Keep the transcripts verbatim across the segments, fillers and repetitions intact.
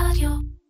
רדיו.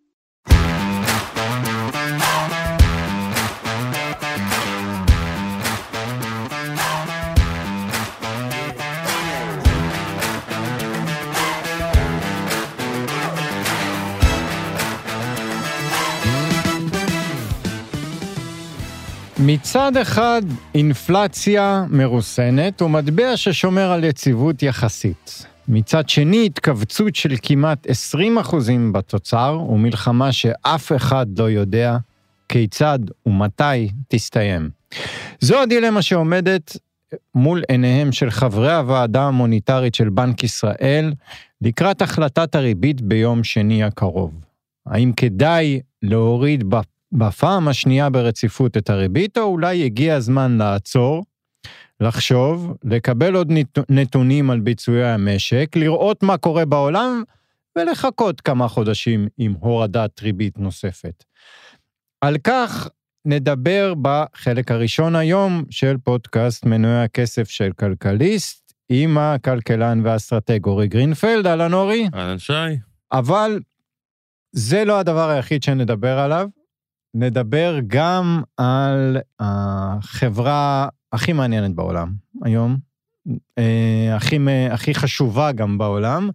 מצד אחד, אינפלציה מרוסנת ומטבע ששומר על יציבות יחסית. מצד שני, התכווצות של כמעט עשרים אחוזים בתוצר, ומלחמה שאף אחד לא יודע כיצד ומתי תסתיים. זו הדילמה שעומדת מול עיניהם של חברי הוועדה המוניטרית של בנק ישראל, לקראת החלטת הריבית ביום שני הקרוב. האם כדאי להוריד בפעם השנייה ברציפות את הריבית, או אולי הגיע הזמן לעצור, לחשוב, לקבל עוד נתונים על ביצועי המשק, לראות מה קורה בעולם, ולחכות כמה חודשים עם הורדת ריבית נוספת. על כך נדבר בחלק הראשון היום של פודקאסט מנועי הכסף של כלכליסט, עם הכלכלן והאסטרטג אורי גרינפלד. אהלן אורי. אהלן שי. אבל זה לא הדבר היחיד שנדבר עליו, נדבר גם על החברה הכי מעניינת בעולם היום, הכי, הכי חשובה גם בעולם.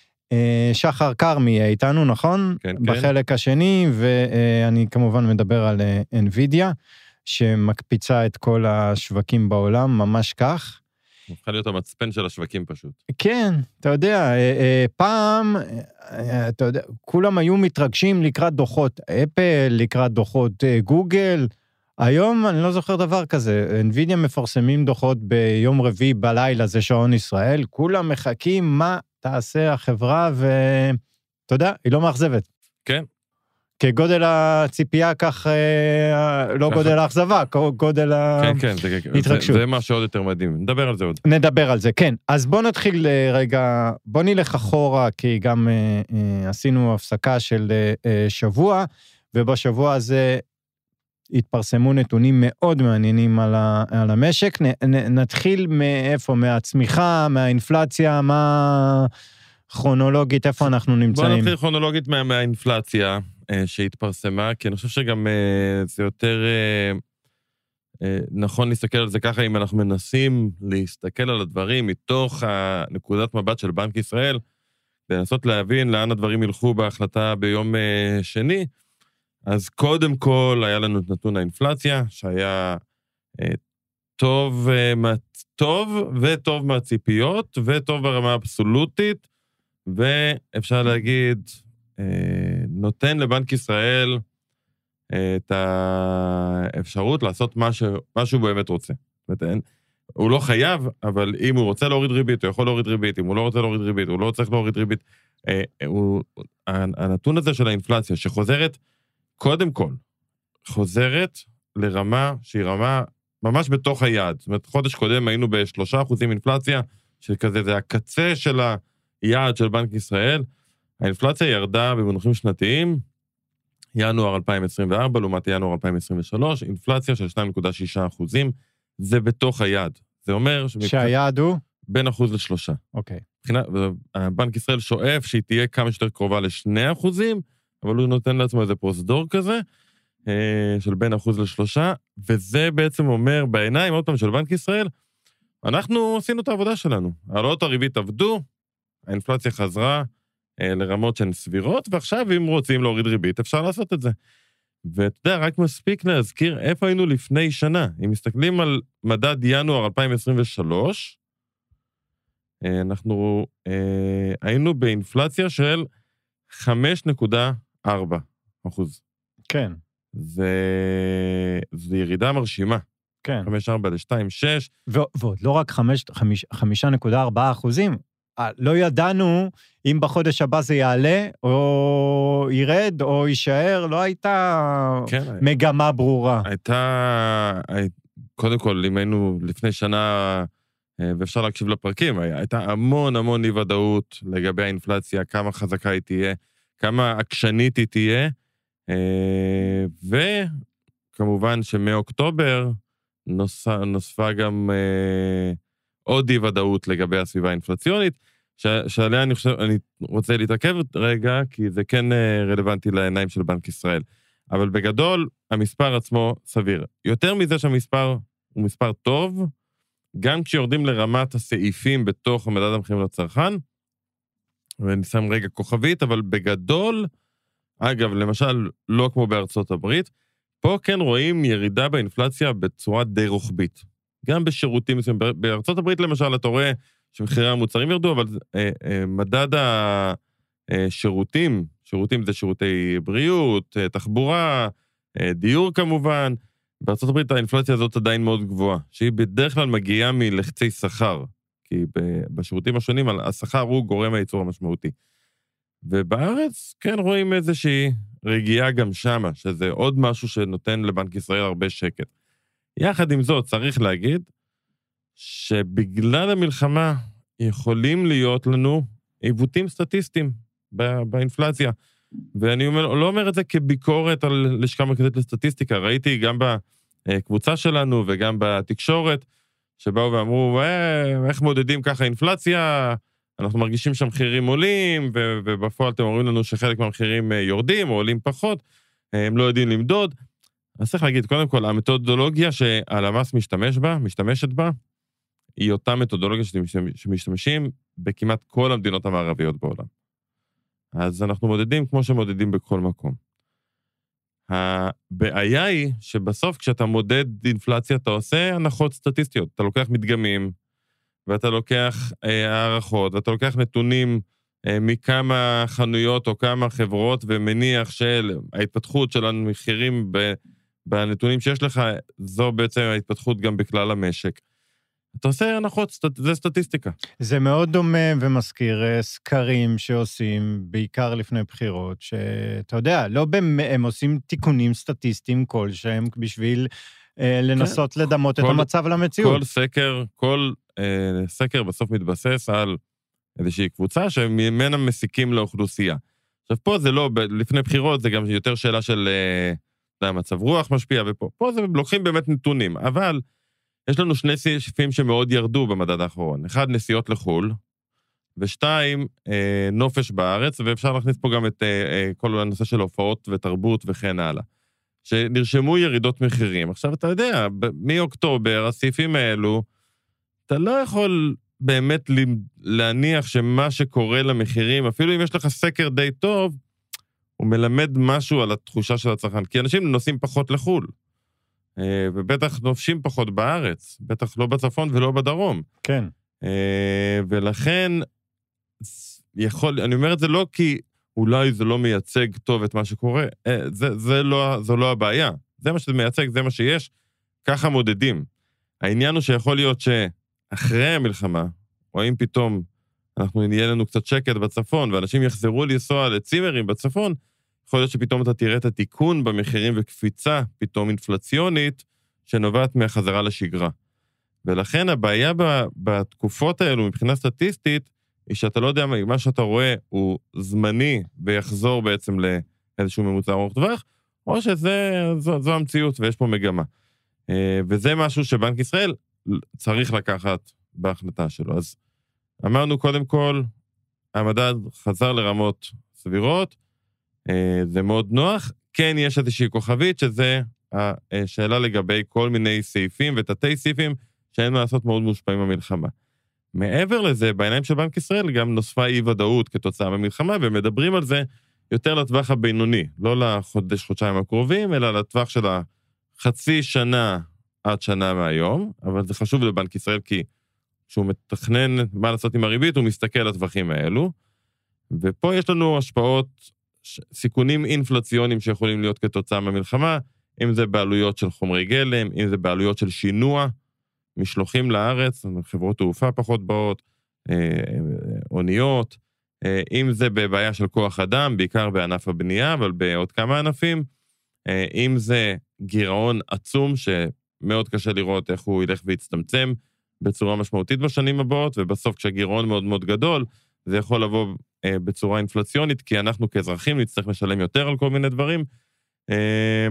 שחר קרמי יהיה איתנו, נכון? כן, בחלק כן. השני, ואני כמובן מדבר על NVIDIA, שמקפיצה את כל השווקים בעולם, ממש כך. הופכה להיות המצפן של השווקים פשוט. כן, אתה יודע, פעם, אתה יודע, כולם היו מתרגשים לקראת דוחות אפל, לקראת דוחות גוגל. היום אני לא זוכר דבר כזה. NVIDIA מפרסמים דוחות ביום רביעי בלילה, זה שעון ישראל, כולם מחכים מה תעשה החברה, ואתה יודע, היא לא מאכזבת. כן. כגודל הציפייה, כך לא גודל האכזבה, גודל ההתרגשות. זה מה שעוד יותר מדהים. נדבר על זה עוד. נדבר על זה, כן. אז בוא נתחיל רגע, בוא נלך אחורה, כי גם עשינו הפסקה של שבוע, ובשבוע הזה התפרסמו נתונים מאוד מעניינים על המשק. נתחיל מאיפה? מהצמיחה, מהאינפלציה, מה כרונולוגית, איפה אנחנו נמצאים? בוא נתחיל כרונולוגית מהאינפלציה. שהתפרסמה, כי אני חושב שגם זה יותר נכון להסתכל על זה ככה, אם אנחנו מנסים להסתכל על הדברים מתוך הנקודת מבט של בנק ישראל, לנסות להבין לאן הדברים ילכו בהחלטה ביום שני, אז קודם כל היה לנו את נתון האינפלציה, שהיה טוב, טוב וטוב מהציפיות, וטוב ברמה אבסולוטית, ואפשר להגיד, נותן לבנק ישראל את האפשרות לעשות משהו, משהו באמת רוצה. הוא לא חייב, אבל אם הוא רוצה להוריד ריבית, הוא יכול להוריד ריבית, אם הוא לא רוצה להוריד ריבית, הוא לא צריך להוריד ריבית. הנתון הזה של האינפלציה, שחוזרת, קודם כל, חוזרת לרמה שהיא רמה ממש בתוך היעד. זאת אומרת, חודש קודם היינו בשלושה אחוזים אינפלציה, שכזה זה הקצה של היעד של בנק ישראל, האינפלציה ירדה במונחים שנתיים, ינואר אלפיים עשרים וארבע, לעומת ינואר אלפיים עשרים ושלוש, אינפלציה של שתיים נקודה שש אחוזים, זה בתוך היעד. זה אומר... שהיעד הוא? בין אחוז לשלושה. אוקיי. בנק ישראל שואף שהיא תהיה כמה שיותר קרובה לשני אחוזים, אבל הוא נותן לעצמו איזה פרוזדור כזה, של בין אחוז לשלושה, וזה בעצם אומר בעיניים, עוד פעם, של בנק ישראל, אנחנו עשינו את העבודה שלנו. העלאות הריבית עבדו, האינפלציה חזרה, לרמות שהן סבירות, ועכשיו אם רוצים להוריד ריבית, אפשר לעשות את זה. ואתה יודע, רק מספיק להזכיר איפה היינו לפני שנה. אם מסתכלים על מדד ינואר אלפיים עשרים ושלוש, אנחנו היינו באינפלציה של חמש נקודה ארבע אחוז. כן. זה, זה ירידה מרשימה. כן. חמש נקודה ארבע ל-שתיים נקודה שש. ועוד לא רק חמש נקודה ארבע אחוזים, לא ידענו אם בחודש הבא זה יעלה, או ירד, או יישאר, לא הייתה כן, מגמה ברורה. הייתה, קודם כל, אם היינו לפני שנה, ואפשר להקשיב לפרקים, הייתה המון המון אי-ודאות לגבי האינפלציה, כמה חזקה היא תהיה, כמה עקשנית היא תהיה, וכמובן שמאוקטובר נוספה גם עוד אי-ודאות לגבי הסביבה האינפלציונית, ש, שעליה אני חושב, אני רוצה להתעכב רגע, כי זה כן רלוונטי לעיניים של בנק ישראל. אבל בגדול, המספר עצמו סביר. יותר מזה שהמספר הוא מספר טוב, גם כשיורדים לרמת הסעיפים בתוך המדד המחירים לצרכן, ואני שם רגע כוכבית, אבל בגדול, אגב, למשל, לא כמו בארצות הברית, פה כן רואים ירידה באינפלציה בצורה די רוחבית. גם בשירותים, בארצות הברית למשל, אתה רואה שמחירי המוצרים ירדו, אבל אה, אה, מדד השירותים, שירותים זה שירותי בריאות, אה, תחבורה, אה, דיור כמובן, בארצות הברית האינפלציה הזאת עדיין מאוד גבוהה, שהיא בדרך כלל מגיעה מלחצי שכר, כי בשירותים השונים השכר הוא גורם הייצור המשמעותי. ובארץ כן רואים איזושהי רגיעה גם שמה, שזה עוד משהו שנותן לבנק ישראל הרבה שקט. יחד עם זאת, צריך להגיד שבגלל המלחמה יכולים להיות לנו עיוותים סטטיסטיים באינפלציה. ואני אומר, לא אומר את זה כביקורת על לשכה מרכזית לסטטיסטיקה, ראיתי גם בקבוצה שלנו וגם בתקשורת, שבאו ואמרו, אה, איך מודדים ככה אינפלציה, אנחנו מרגישים שהמחירים עולים, ובפועל אתם אומרים לנו שחלק מהמחירים יורדים או עולים פחות, הם לא יודעים למדוד. אז צריך להגיד, קודם כל, המתודולוגיה שהלמ"ס משתמש בה, משתמשת בה, היא אותה מתודולוגיה שמשתמשים בכמעט כל המדינות המערביות בעולם. אז אנחנו מודדים כמו שמודדים בכל מקום. הבעיה היא שבסוף כשאתה מודד אינפלציה, אתה עושה הנחות סטטיסטיות, אתה לוקח מדגמים, ואתה לוקח אה, הערכות, ואתה לוקח נתונים אה, מכמה חנויות או כמה חברות, ומניח של ההתפתחות של המחירים ב, בנתונים שיש לך, זו בעצם ההתפתחות גם בכלל המשק. אתה עושה הנחות, סט, זה סטטיסטיקה. זה מאוד דומה ומזכיר סקרים שעושים, בעיקר לפני בחירות, שאתה יודע, לא במ... הם עושים תיקונים סטטיסטיים כלשהם, בשביל אה, לנסות כן. לדמות כל, את המצב למציאות. כל סקר, כל אה, סקר בסוף מתבסס על איזושהי קבוצה, שממנה מסיקים לאוכלוסייה. עכשיו פה זה לא, לפני בחירות זה גם יותר שאלה של אה, מצב רוח משפיע, ופה פה זה לוקחים באמת נתונים, אבל יש לנו שני סעיפים שמאוד ירדו במדד האחרון. אחד, נסיעות לחול, ושתיים, אה, נופש בארץ, ואפשר להכניס פה גם את אה, אה, כל הנושא של הופעות ותרבות וכן הלאה. שנרשמו ירידות מחירים. עכשיו, אתה יודע, מאוקטובר, הסעיפים האלו, אתה לא יכול באמת להניח שמה שקורה למחירים, אפילו אם יש לך סקר די טוב, הוא מלמד משהו על התחושה של הצרכן. כי אנשים נוסעים פחות לחול. ובטח נופשים פחות בארץ, בטח לא בצפון ולא בדרום. כן. ולכן, יכול, אני אומר את זה לא כי אולי זה לא מייצג טוב את מה שקורה, זה, זה לא, זו לא הבעיה. זה מה שזה מייצג, זה מה שיש, ככה מודדים. העניין הוא שיכול להיות שאחרי המלחמה, או אם פתאום אנחנו נהיה לנו קצת שקט בצפון, ואנשים יחזרו לנסוע לצימרים בצפון, יכול להיות שפתאום אתה תראה את התיקון במחירים וקפיצה פתאום אינפלציונית שנובעת מהחזרה לשגרה. ולכן הבעיה בתקופות האלו מבחינה סטטיסטית, היא שאתה לא יודע מה שאתה רואה הוא זמני ויחזור בעצם לאיזשהו ממוצע ארוך טווח, או שזו המציאות ויש פה מגמה. וזה משהו שבנק ישראל צריך לקחת בהחלטה שלו. אז אמרנו קודם כל, המדד חזר לרמות סבירות, זה מאוד נוח. כן, יש איזושהי כוכבית, שזה השאלה לגבי כל מיני סעיפים ותתי סעיפים, שאין מה לעשות מאוד מושפעים במלחמה. מעבר לזה, בעיניים של בנק ישראל גם נוספה אי-ודאות כתוצאה במלחמה, ומדברים על זה יותר לטווח הבינוני, לא לחודש, חודשיים הקרובים, אלא לטווח של החצי שנה עד שנה מהיום, אבל זה חשוב לבנק ישראל, כי כשהוא מתכנן מה לעשות עם הריבית, הוא מסתכל על הטווחים האלו, ופה יש לנו השפעות, סיכונים אינפלציוניים שיכולים להיות כתוצאה מהמלחמה, אם זה בעלויות של חומרי גלם, אם זה בעלויות של שינוע, משלוחים לארץ, חברות תעופה פחות באות, אוניות, אם זה בבעיה של כוח אדם, בעיקר בענף הבנייה, אבל בעוד כמה ענפים, אם זה גירעון עצום, שמאוד קשה לראות איך הוא ילך ויצטמצם בצורה משמעותית בשנים הבאות, ובסוף כשהגירעון מאוד מאוד גדול, זה יכול לבוא בצורה אינפלציונית, כי אנחנו כאזרחים נצטרך לשלם יותר על כל מיני דברים.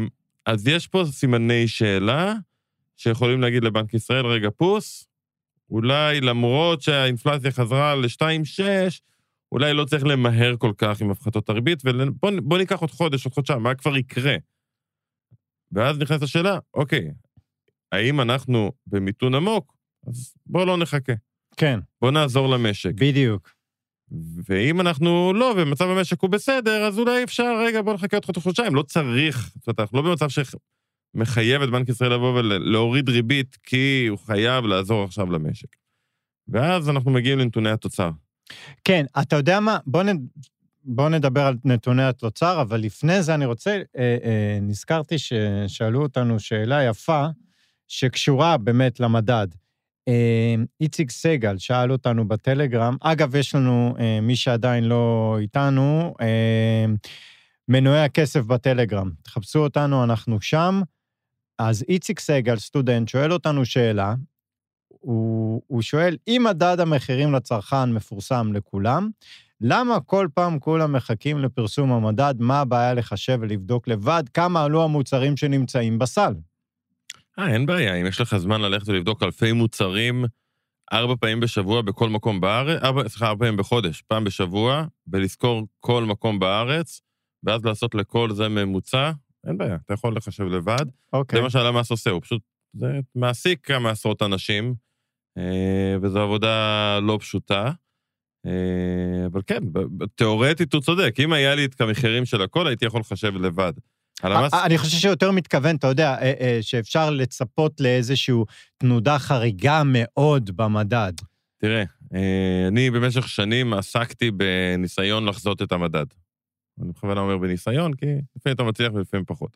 אז יש פה סימני שאלה, שיכולים להגיד לבנק ישראל, רגע פוס, אולי למרות שהאינפלציה חזרה ל-שתיים נקודה שש, אולי לא צריך למהר כל כך עם הפחתות הריבית, ובוא ניקח עוד חודש, עוד חודשיים, מה כבר יקרה? ואז נכנסת השאלה, אוקיי, האם אנחנו במיתון עמוק? אז בוא לא נחכה. כן. בוא נעזור למשק. בדיוק. ואם אנחנו לא, ומצב המשק הוא בסדר, אז אולי אפשר, רגע, בוא נחכה עוד חודשיים. לא צריך, זאת אומרת, אנחנו לא במצב שמחייב את בנק ישראל לבוא ולהוריד ריבית, כי הוא חייב לעזור עכשיו למשק. ואז אנחנו מגיעים לנתוני התוצר. כן, אתה יודע מה? בוא, נ... בוא נדבר על נתוני התוצר, אבל לפני זה אני רוצה, אה, אה, נזכרתי ששאלו אותנו שאלה יפה, שקשורה באמת למדד. אה, איציק סגל שאל אותנו בטלגרם, אגב, יש לנו, אה, מי שעדיין לא איתנו, אה, מנועי הכסף בטלגרם. תחפשו אותנו, אנחנו שם. אז איציק סגל, סטודנט, שואל אותנו שאלה, הוא, הוא שואל, אם מדד המחירים לצרכן מפורסם לכולם, למה כל פעם כולם מחכים לפרסום המדד? מה הבעיה לחשב ולבדוק לבד? כמה עלו המוצרים שנמצאים בסל? אה, אין בעיה. אם יש לך זמן ללכת ולבדוק אלפי מוצרים, ארבע פעמים בשבוע בכל מקום בארץ, ארבע, סליחה, ארבע פעמים בחודש, פעם בשבוע, ולזכור כל מקום בארץ, ואז לעשות לכל זה ממוצע, אין בעיה. אתה יכול לחשב לבד. אוקיי. זה מה שהלמ"ס עושה, הוא פשוט, זה מעסיק כמה עשרות אנשים, וזו עבודה לא פשוטה. אבל כן, תיאורטית הוא צודק. אם היה לי את המחירים של הכל, הייתי יכול לחשב לבד. אני חושב שיותר מתכוון, אתה יודע, שאפשר לצפות לאיזשהו תנודה חריגה מאוד במדד. תראה, אני במשך שנים עסקתי בניסיון לחזות את המדד. אני בכוונה אומר בניסיון, כי לפעמים אתה מצליח ולפעמים פחות.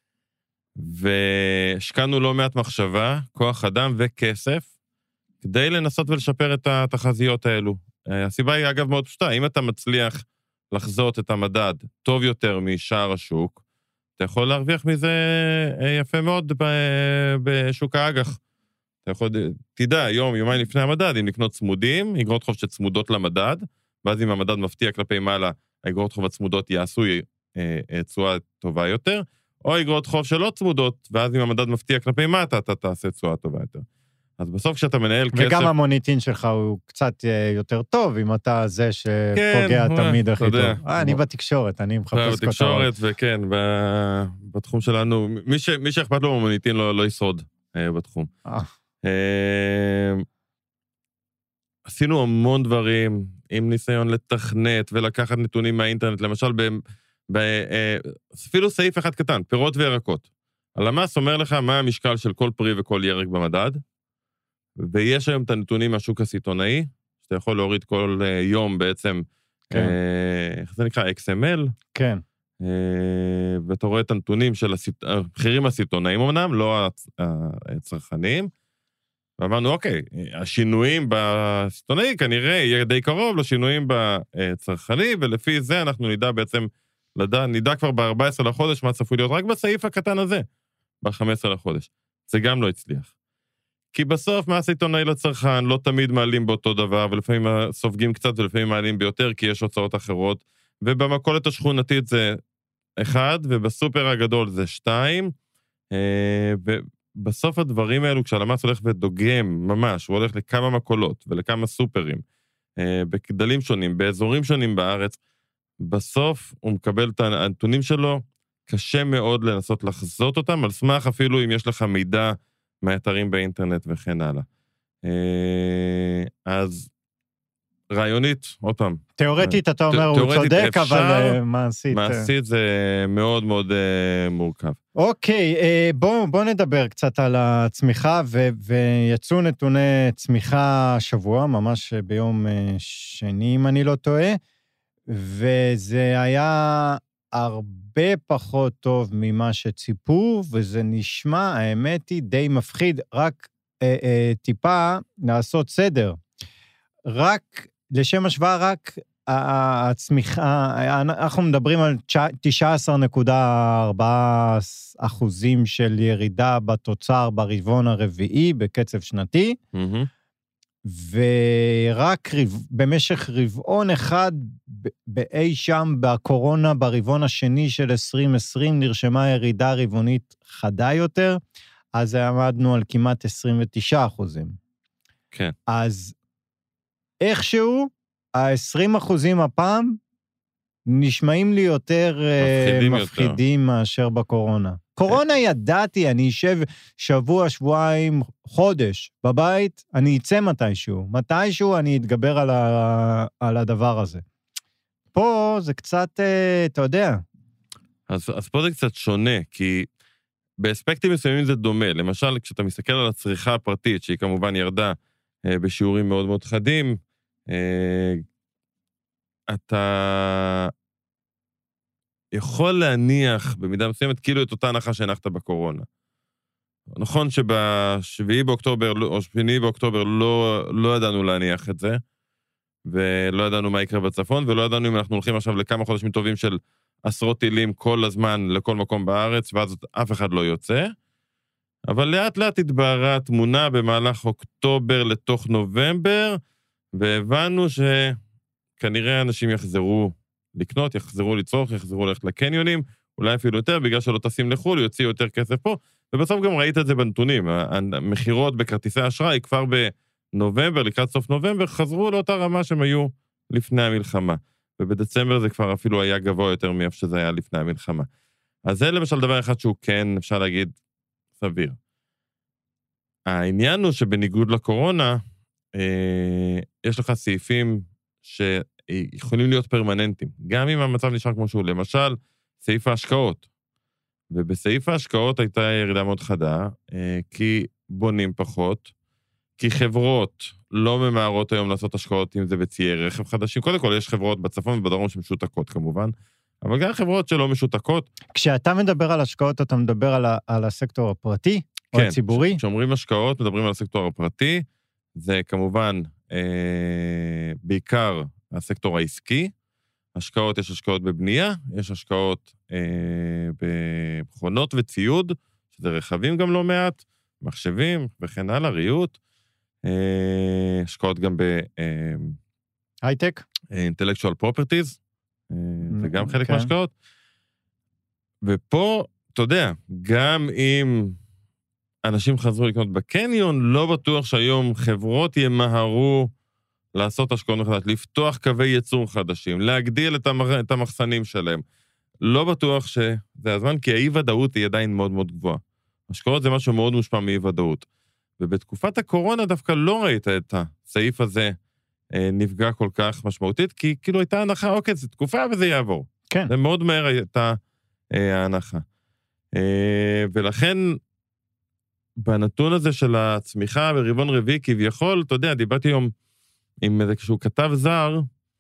והשקענו לא מעט מחשבה, כוח אדם וכסף, כדי לנסות ולשפר את התחזיות האלו. הסיבה היא אגב מאוד פשוטה, אם אתה מצליח לחזות את המדד טוב יותר משאר השוק, אתה יכול להרוויח מזה יפה מאוד בשוק האג"ח. אתה יכול, תדע, יום, יומיים לפני המדד, אם לקנות צמודים, אגרות חוב שצמודות למדד, ואז אם המדד מפתיע כלפי מעלה, האגרות חוב הצמודות יעשו תשואה טובה יותר, או אגרות חוב שלא צמודות, ואז אם המדד מפתיע כלפי מטה, אתה תעשה תשואה טובה יותר. אז בסוף כשאתה מנהל כסף... וגם המוניטין שלך הוא קצת יותר טוב, אם אתה זה שפוגע תמיד הכי טוב. אני בתקשורת, אני מחפש כותרות. בתקשורת, וכן, בתחום שלנו, מי שאכפת לו במוניטין לא יסוד בתחום. עשינו המון דברים עם ניסיון לתכנת ולקחת נתונים מהאינטרנט, למשל, אפילו סעיף אחד קטן, פירות וירקות. הלמ"ס אומר לך מה המשקל של כל פרי וכל ירק במדד, ויש היום את הנתונים מהשוק הסיטונאי, שאתה יכול להוריד כל יום בעצם, כן. איך זה נקרא? אקס אם אל. כן. ואתה רואה את הנתונים של המחירים הסיטונאיים אמנם, לא הצרכניים, ואמרנו, אוקיי, השינויים בסיטונאי כנראה יהיה די קרוב לשינויים בצרכני, ולפי זה אנחנו נדע בעצם, נדע, נדע כבר ב-ארבעה עשר לחודש מה צפוי להיות, רק בסעיף הקטן הזה, ב-חמישה עשר לחודש. זה גם לא הצליח. כי בסוף מה הסיטונאי לצרכן לא תמיד מעלים באותו דבר, ולפעמים סופגים קצת ולפעמים מעלים ביותר, כי יש הוצאות אחרות, ובמכולת השכונתית זה אחד, ובסופר הגדול זה שתיים, ובסוף הדברים האלו, כשהלמ"ס הולך ודוגם ממש, הוא הולך לכמה מכולות ולכמה סופרים, בגדלים שונים, באזורים שונים בארץ, בסוף הוא מקבל את הנתונים שלו, קשה מאוד לנסות לחזות אותם, על סמך אפילו אם יש לך מידע מאתרים באינטרנט וכן הלאה. אז רעיונית, עוד פעם. תיאורטית אתה אומר, הוא צודק, אבל מעשית. מעשית זה מאוד מאוד מורכב. אוקיי, בואו נדבר קצת על הצמיחה, ויצאו נתוני צמיחה שבוע, ממש ביום שני, אם אני לא טועה, וזה היה הרבה פחות טוב ממה שציפו, וזה נשמע, האמת היא, די מפחיד, רק אה, אה, טיפה לעשות סדר. רק, לשם השוואה, רק הצמיחה, אנחנו מדברים על תשע עשרה נקודה ארבע אחוזים של ירידה בתוצר ברבעון הרביעי, בקצב שנתי, Mm-hmm. ורק במשך רבעון אחד באי שם בקורונה, ברבעון השני של עשרים עשרים, נרשמה ירידה רבעונית חדה יותר, אז עמדנו על כמעט עשרים ותשעה אחוזים. כן. אז איכשהו, ה-עשרים אחוזים הפעם, נשמעים לי יותר מפחידים, מפחידים יותר. מאשר בקורונה. קורונה ידעתי, אני אשב שבוע, שבועיים, חודש בבית, אני אצא מתישהו. מתישהו אני אתגבר על, ה, על הדבר הזה. פה זה קצת, אתה יודע. אז, אז פה זה קצת שונה, כי באספקטים מסוימים זה דומה. למשל, כשאתה מסתכל על הצריכה הפרטית, שהיא כמובן ירדה בשיעורים מאוד מאוד חדים, אתה יכול להניח במידה מסוימת כאילו את אותה הנחה שהנחת בקורונה. נכון שבשביעי באוקטובר או שמיני באוקטובר לא, לא ידענו להניח את זה, ולא ידענו מה יקרה בצפון, ולא ידענו אם אנחנו הולכים עכשיו לכמה חודשים טובים של עשרות טילים כל הזמן לכל מקום בארץ, ואז אף אחד לא יוצא. אבל לאט לאט התבהרה התמונה במהלך אוקטובר לתוך נובמבר, והבנו שכנראה אנשים יחזרו לקנות, יחזרו לצרוך, יחזרו ללכת לקניונים, אולי אפילו יותר, בגלל שלא טסים לחול, יוציאו יותר כסף פה, ובסוף גם ראית את זה בנתונים. המחירות בכרטיסי אשראי כבר בנובמבר, לקראת סוף נובמבר, חזרו לאותה רמה שהם היו לפני המלחמה. ובדצמבר זה כבר אפילו היה גבוה יותר מאיפה שזה היה לפני המלחמה. אז זה למשל דבר אחד שהוא כן, אפשר להגיד, סביר. העניין הוא שבניגוד לקורונה, אה, יש לך סעיפים שיכולים להיות פרמננטיים, גם אם המצב נשאר כמו שהוא. למשל, סעיף ההשקעות. ובסעיף ההשקעות הייתה ירידה מאוד חדה, אה, כי בונים פחות, כי חברות לא ממהרות היום לעשות השקעות אם זה בציי רכב חדשים. קודם כל, יש חברות בצפון ובדרום שמשותקות כמובן, אבל גם חברות שלא משותקות. כשאתה מדבר על השקעות, אתה מדבר על, ה- על הסקטור הפרטי או כן, הציבורי? כשאומרים השקעות, מדברים על הסקטור הפרטי, זה כמובן אה, בעיקר הסקטור העסקי. השקעות, יש השקעות בבנייה, יש השקעות אה, במכונות וציוד, שזה רכבים גם לא מעט, מחשבים וכן הלאה, ריהוט. אה, השקעות גם ב... אה, הייטק? intellectual properties, אה, זה גם חלק כן. מהשקעות. ופה, אתה יודע, גם אם אנשים חזרו לקנות בקניון, לא בטוח שהיום חברות ימהרו לעשות השקעות מחדש, לפתוח קווי ייצור חדשים, להגדיל את, המח... את המחסנים שלהם. לא בטוח שזה הזמן, כי האי-ודאות היא עדיין מאוד מאוד גבוהה. השקעות זה משהו מאוד מושפע מאי-ודאות. ובתקופת הקורונה דווקא לא ראית את הסעיף הזה אה, נפגע כל כך משמעותית, כי כאילו הייתה הנחה, אוקיי, זו תקופה וזה יעבור. כן. זה מאוד מהר הייתה אה, ההנחה. אה, ולכן, בנתון הזה של הצמיחה ברבעון רביעי, כביכול, אתה יודע, דיברתי היום עם איזשהו כתב זר,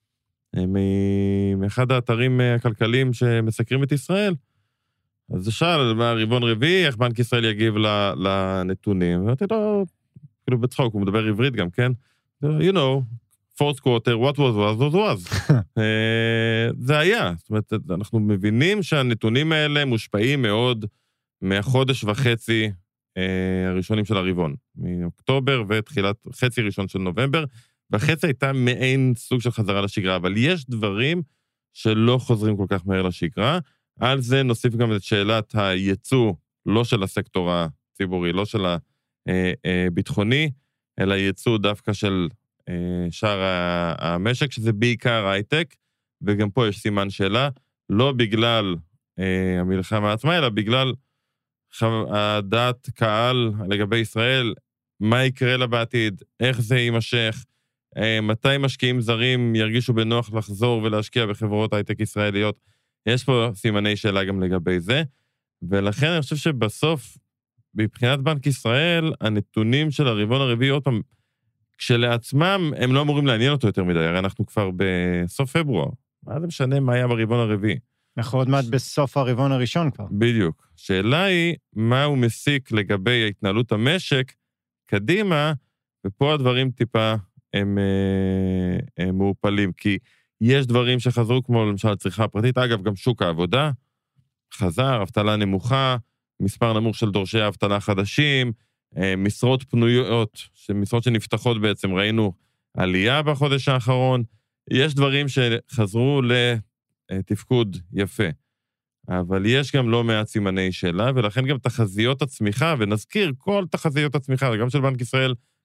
מאחד האתרים הכלכליים שמסקרים את ישראל, אז זה שאל, מה רבעון רביעי, איך בנק ישראל יגיב לנתונים, ואמרתי לו, כאילו בצחוק, הוא מדבר עברית גם, כן? You know, fourth quarter, what was was was was. זה היה, זאת אומרת, אנחנו מבינים שהנתונים האלה מושפעים מאוד מהחודש וחצי הראשונים של הרבעון, מאוקטובר ותחילת חצי ראשון של נובמבר, והחצי הייתה מעין סוג של חזרה לשגרה, אבל יש דברים שלא חוזרים כל כך מהר לשגרה. על זה נוסיף גם את שאלת הייצוא, לא של הסקטור הציבורי, לא של הביטחוני, אלא ייצוא דווקא של שאר המשק, שזה בעיקר הייטק, וגם פה יש סימן שאלה, לא בגלל המלחמה עצמה, אלא בגלל הדעת קהל לגבי ישראל, מה יקרה לה בעתיד, איך זה יימשך, מתי משקיעים זרים ירגישו בנוח לחזור ולהשקיע בחברות הייטק ישראליות. יש פה סימני שאלה גם לגבי זה, ולכן אני חושב שבסוף, מבחינת בנק ישראל, הנתונים של הרבעון הרביעי, עוד פעם, כשלעצמם הם לא אמורים לעניין אותו יותר מדי, הרי אנחנו כבר בסוף פברואר, מה זה משנה מה היה ברבעון הרביעי? אנחנו עוד מעט בסוף הרבעון הראשון כבר. בדיוק. שאלה היא, מה הוא מסיק לגבי התנהלות המשק קדימה, ופה הדברים טיפה הם, הם מעופלים, כי יש דברים שחזרו, כמו למשל צריכה פרטית, אגב, גם שוק העבודה, חזר, אבטלה נמוכה, מספר נמוך של דורשי האבטלה חדשים, משרות פנויות, משרות שנפתחות בעצם, ראינו עלייה בחודש האחרון, יש דברים שחזרו לתפקוד יפה, אבל יש גם לא מעט סימני שאלה, ולכן גם תחזיות הצמיחה, ונזכיר כל תחזיות הצמיחה, גם של בנק ישראל,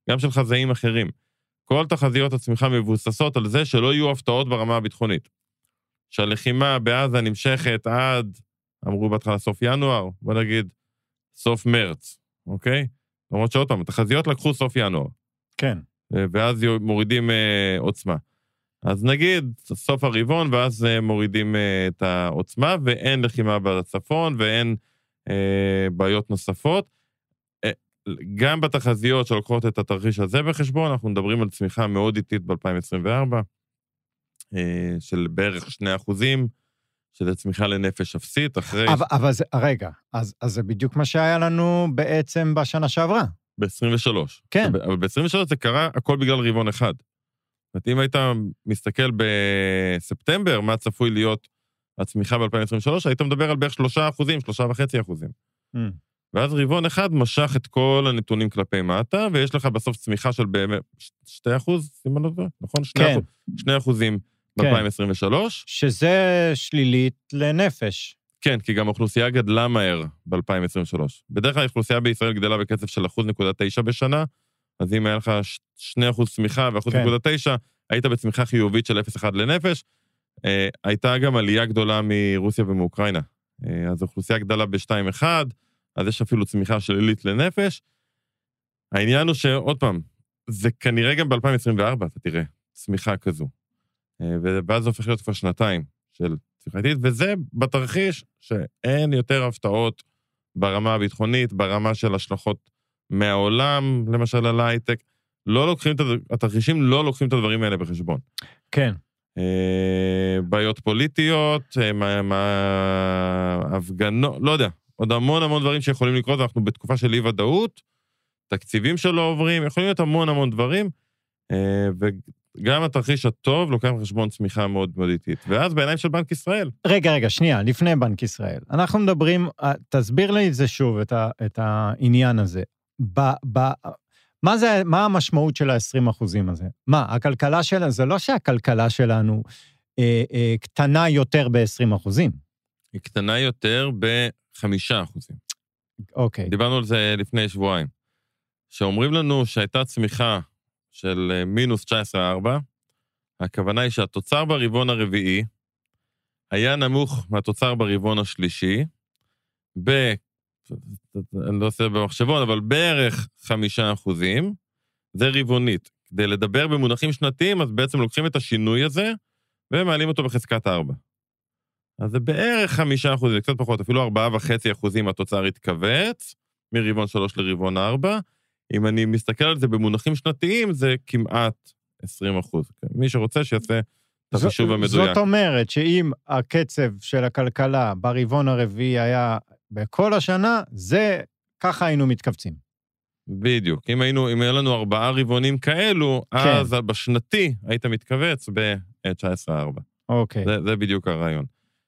גם של חזאים אחרים. כל תחזיות הצמיחה מבוססות על זה שלא יהיו הפתעות ברמה הביטחונית. שהלחימה בעזה נמשכת עד, אמרו בהתחלה סוף ינואר, בוא נגיד סוף מרץ, אוקיי? למרות שעוד פעם, התחזיות לקחו סוף ינואר. כן. ואז מורידים אה, עוצמה. אז נגיד סוף הרבעון, ואז אה, מורידים אה, את העוצמה, ואין לחימה בצפון, ואין אה, בעיות נוספות. אה, גם בתחזיות שלוקחות את התרחיש הזה בחשבון, אנחנו מדברים על צמיחה מאוד איטית ב-אלפיים עשרים וארבע, אה, של בערך שני אחוזים, שזה צמיחה לנפש אפסית, אחרי... אבל, אבל זה, רגע, אז, אז זה בדיוק מה שהיה לנו בעצם בשנה שעברה. ב-עשרים ושלוש. כן. אבל ב-עשרים ושלוש זה קרה הכל בגלל רבעון אחד. זאת אומרת, אם היית מסתכל בספטמבר, מה צפוי להיות הצמיחה ב-אלפיים עשרים ושלוש, היית מדבר על בערך שלושה אחוזים, שלושה וחצי אחוזים. Mm. ואז רבעון אחד משך את כל הנתונים כלפי מטה, ויש לך בסוף צמיחה של באמת שתי אחוז, סימן לזה, נכון? כן. שני אחוזים ב-אלפיים עשרים ושלוש. שזה שלילית לנפש. כן, כי גם האוכלוסייה גדלה מהר ב-אלפיים עשרים ושלוש. בדרך כלל האוכלוסייה בישראל גדלה בקצב של אחוז נקודה תשע בשנה, אז אם היה לך שני אחוז צמיחה ואחוז נקודה תשע, היית בצמיחה חיובית של אפס נקודה אחת לנפש. אה, הייתה גם עלייה גדולה מרוסיה ומאוקראינה. אה, אז האוכלוסייה גדלה ב-שתיים נקודה אחת, אז יש אפילו צמיחה שלילית לנפש. העניין הוא שעוד פעם, זה כנראה גם ב-אלפיים עשרים וארבע, אתה תראה, צמיחה כזו. אה, ואז זה הופך להיות כבר שנתיים של צמיחתית, וזה בתרחיש שאין יותר הפתעות ברמה הביטחונית, ברמה של השלכות מהעולם, למשל על ההייטק, לא לוקחים את התרחישים, לא לוקחים את הדברים האלה בחשבון. כן. בעיות פוליטיות, הפגנות, לא יודע, עוד המון המון דברים שיכולים לקרות, אנחנו בתקופה של אי ודאות, תקציבים שלא עוברים, יכולים להיות המון המון דברים, וגם התרחיש הטוב לוקח בחשבון צמיחה מאוד מאוד איטית. ואז בעיניים של בנק ישראל. רגע, רגע, שנייה, לפני בנק ישראל. אנחנו מדברים, תסביר לי את זה שוב, את, ה, את העניין הזה. ב, ב, מה זה, מה המשמעות של ה-עשרים אחוזים הזה? מה, הכלכלה שלנו, זה לא שהכלכלה שלנו אה, אה, קטנה יותר ב-עשרים אחוזים. היא קטנה יותר ב-חמישה אחוזים. אוקיי. דיברנו על זה לפני שבועיים. שאומרים לנו שהייתה צמיחה של מינוס תשע עשרה נקודה ארבע, הכוונה היא שהתוצר ברבעון הרביעי היה נמוך מהתוצר ברבעון השלישי, ב... אני לא עושה במחשבון, אבל בערך חמישה אחוזים, זה רבעונית. כדי לדבר במונחים שנתיים, אז בעצם לוקחים את השינוי הזה, ומעלים אותו בחזקת ארבע. אז זה בערך חמישה אחוזים, זה קצת פחות, אפילו ארבעה וחצי אחוזים התוצר התכווץ, מרבעון שלוש לרבעון ארבע. אם אני מסתכל על זה במונחים שנתיים, זה כמעט עשרים אחוז. מי שרוצה שיעשה את החישוב המדויק. זאת אומרת שאם הקצב של הכלכלה ברבעון הרביעי היה בכל השנה, זה ככה היינו מתכווצים. בדיוק. אם היינו, אם היה לנו ארבעה רבעונים כאלו, כן. אז בשנתי היית מתכווץ ב-תשע עשרה נקודה ארבע. אוקיי. זה, זה בדיוק הרעיון.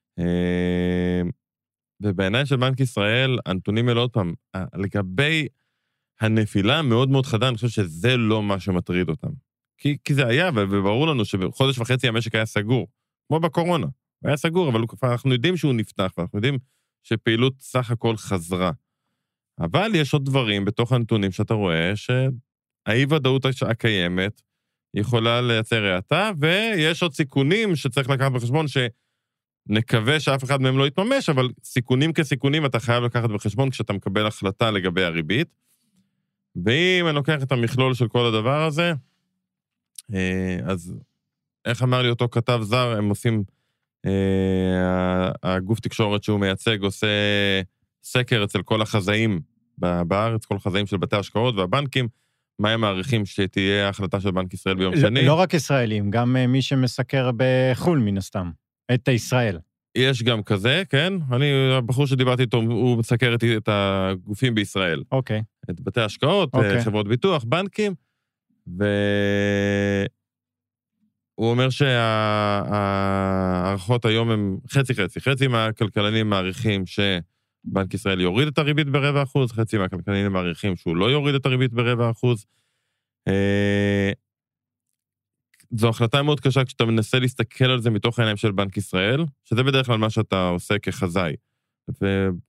ובעיניים של בנק ישראל, הנתונים האלה עוד פעם, לגבי הנפילה מאוד מאוד חדה, אני חושב שזה לא מה שמטריד אותם. כי, כי זה היה, וברור לנו שבחודש וחצי המשק היה סגור, כמו בקורונה. הוא היה סגור, אבל אנחנו יודעים שהוא נפתח, ואנחנו יודעים שפעילות סך הכל חזרה. אבל יש עוד דברים בתוך הנתונים שאתה רואה, שהאי ודאות הקיימת יכולה לייצר האטה, ויש עוד סיכונים שצריך לקחת בחשבון, שנקווה שאף אחד מהם לא יתממש, אבל סיכונים כסיכונים אתה חייב לקחת בחשבון כשאתה מקבל החלטה לגבי הריבית. ואם אני לוקח את המכלול של כל הדבר הזה, אז איך אמר לי אותו כתב זר, הם עושים, הגוף תקשורת שהוא מייצג עושה סקר אצל כל החזאים בארץ, כל החזאים של בתי השקעות והבנקים, מה הם מעריכים שתהיה ההחלטה של בנק ישראל ביום שני? לא רק ישראלים, גם מי שמסקר בחול מן הסתם, את הישראל. יש גם כזה, כן? אני, הבחור שדיברתי איתו, הוא מסקר את הגופים בישראל. אוקיי. את בתי השקעות, אוקיי. חברות ביטוח, בנקים, והוא אומר שהערכות היום הם חצי חצי. חצי מהכלכלנים מעריכים שבנק ישראל יוריד את הריבית ברבע אחוז, חצי מהכלכלנים מעריכים שהוא לא יוריד את הריבית ברבע אחוז. זו החלטה מאוד קשה כשאתה מנסה להסתכל על זה מתוך העיניים של בנק ישראל, שזה בדרך כלל מה שאתה עושה כחזאי.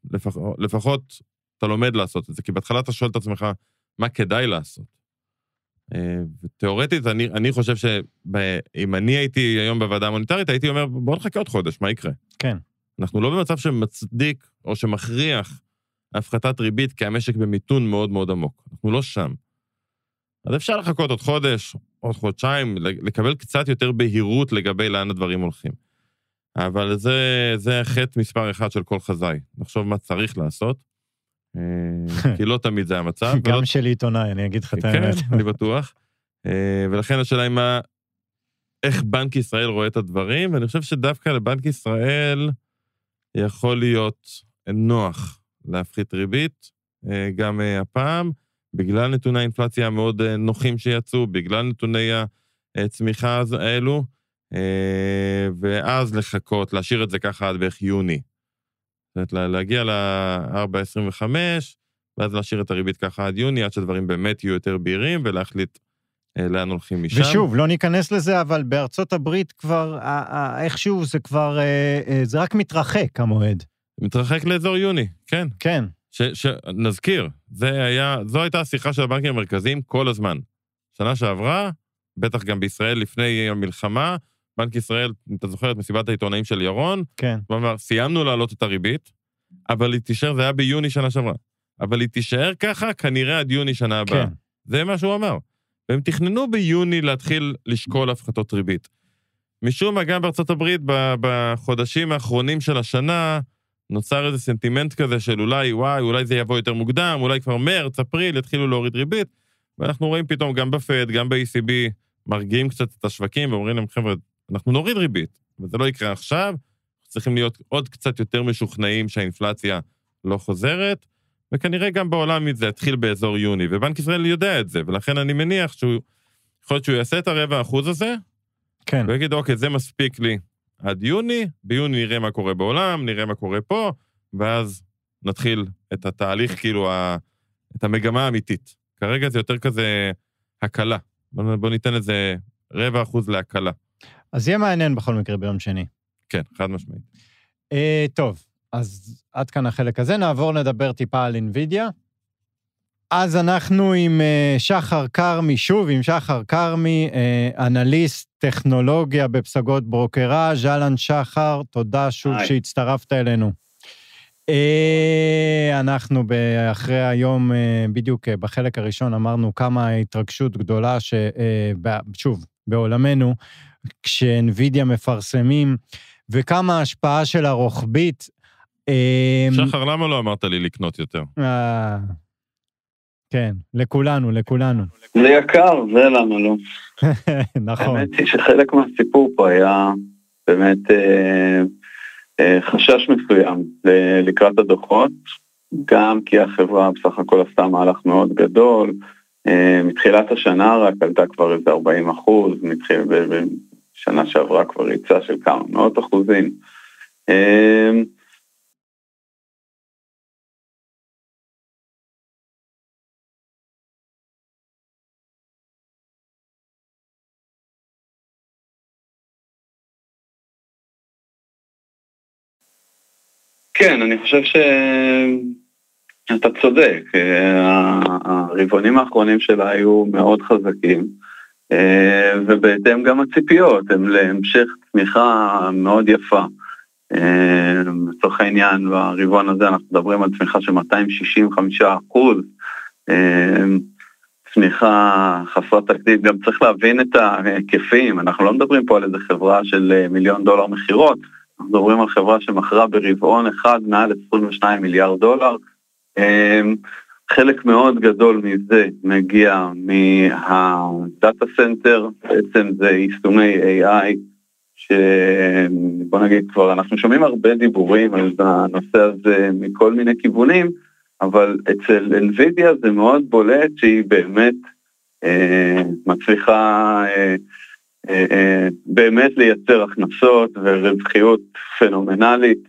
ולפחות אתה לומד לעשות את זה, כי בהתחלה אתה שואל את עצמך, מה כדאי לעשות? ותיאורטית, אני, אני חושב שאם אני הייתי היום בוועדה המוניטרית, הייתי אומר, בוא נחכה עוד חודש, מה יקרה? כן. אנחנו לא במצב שמצדיק או שמכריח הפחתת ריבית, כי המשק במיתון מאוד מאוד עמוק. אנחנו לא שם. אז אפשר לחכות עוד חודש, עוד חודשיים, לקבל קצת יותר בהירות לגבי לאן הדברים הולכים. אבל זה, זה החטא מספר אחד של כל חזאי. נחשוב מה צריך לעשות, כי לא תמיד זה המצב. גם של עיתונאי, אני אגיד לך את האמת. כן, אני בטוח. ולכן השאלה היא מה, איך בנק ישראל רואה את הדברים, ואני חושב שדווקא לבנק ישראל יכול להיות נוח להפחית ריבית, גם הפעם, בגלל נתוני האינפלציה המאוד נוחים שיצאו, בגלל נתוני הצמיחה האלו, ואז לחכות, להשאיר את זה ככה עד בערך יוני. זאת אומרת, להגיע ל-ארבע נקודה עשרים וחמש, ואז להשאיר את הריבית ככה עד יוני, עד שדברים באמת יהיו יותר בהירים, ולהחליט לאן הולכים משם. ושוב, לא ניכנס לזה, אבל בארצות הברית כבר, איכשהו זה כבר, זה רק מתרחק המועד. מתרחק לאזור יוני, כן. כן. שנזכיר, זה היה, זו הייתה השיחה של הבנקים המרכזיים כל הזמן. שנה שעברה, בטח גם בישראל לפני המלחמה, בנק ישראל, אתה זוכר את מסיבת העיתונאים של ירון, כן. הוא אמר, סיימנו להעלות את הריבית, אבל היא תישאר, זה היה ביוני שנה שעברה, אבל היא תישאר ככה כנראה עד יוני שנה הבאה. כן. זה מה שהוא אמר. והם תכננו ביוני להתחיל לשקול הפחתות ריבית. משום מה, גם בארצות הברית, בחודשים האחרונים של השנה, נוצר איזה סנטימנט כזה של אולי, וואי, אולי זה יבוא יותר מוקדם, אולי כבר מרץ, אפריל, יתחילו להוריד ריבית, ואנחנו רואים פתאום גם בפד, גם ב-אי סי בי, מרגיעים קצת את השווקים, ואומרים להם, חבר'ה, אנחנו נוריד ריבית, וזה לא יקרה עכשיו, צריכים להיות עוד קצת יותר משוכנעים שהאינפלציה לא חוזרת, וכנראה גם בעולם זה התחיל באזור יוני, ובנק ישראל יודע את זה, ולכן אני מניח שהוא, יכול להיות שהוא יעשה את הרבע האחוז הזה, כן. ויגיד, אוקיי, זה מספיק לי עד יוני, ביוני נראה מה קורה בעולם, נראה מה קורה פה, ואז נתחיל את התהליך, כאילו, ה, את המגמה האמיתית. כרגע זה יותר כזה הקלה. בוא, בוא ניתן איזה רבע אחוז להקלה. אז יהיה מעניין בכל מקרה ביום שני. כן, חד משמעית. אה, טוב, אז עד כאן החלק הזה, נעבור לדבר טיפה על אינווידיה. אז אנחנו עם שחר קרמי, שוב עם שחר קרמי, אנליסט טכנולוגיה בפסגות ברוקראז'. אהלן שחר, תודה שוב היי. שהצטרפת אלינו. אנחנו אחרי היום, בדיוק בחלק הראשון, אמרנו כמה התרגשות גדולה, ששוב, בעולמנו, כשאנווידיה מפרסמים, וכמה ההשפעה של הרוחבית. שחר, למה לא אמרת לי לקנות יותר? כן, לכולנו, לכולנו. זה יקר, זה למה לא. נכון. האמת היא שחלק מהסיפור פה היה באמת אה, אה, חשש מסוים לקראת הדוחות, גם כי החברה בסך הכל עשתה מהלך מאוד גדול, אה, מתחילת השנה רק עלתה כבר איזה ארבעים אחוז, מתחיל בשנה שעברה כבר ריצה של כמה מאות אחוזים. אה, כן, אני חושב שאתה צודק, הרבעונים האחרונים שלה היו מאוד חזקים, ובהתאם גם הציפיות, הם להמשך צמיחה מאוד יפה. לצורך העניין, ברבעון הזה אנחנו מדברים על צמיחה של מאתיים שישים וחמישה אחוז, צמיחה חסרת תקדים, גם צריך להבין את ההיקפים, אנחנו לא מדברים פה על איזה חברה של מיליון דולר מחירות, אנחנו מדברים על חברה שמכרה ברבעון אחד מעל עשרים ושניים מיליארד דולר. חלק מאוד גדול מזה מגיע מהדאטה סנטר, בעצם זה יישומי איי איי, שבוא נגיד כבר, אנחנו שומעים הרבה דיבורים על הנושא הזה מכל מיני כיוונים, אבל אצל אנווידיה זה מאוד בולט שהיא באמת אה, מצליחה אה, באמת לייצר הכנסות ורווחיות פנומנלית,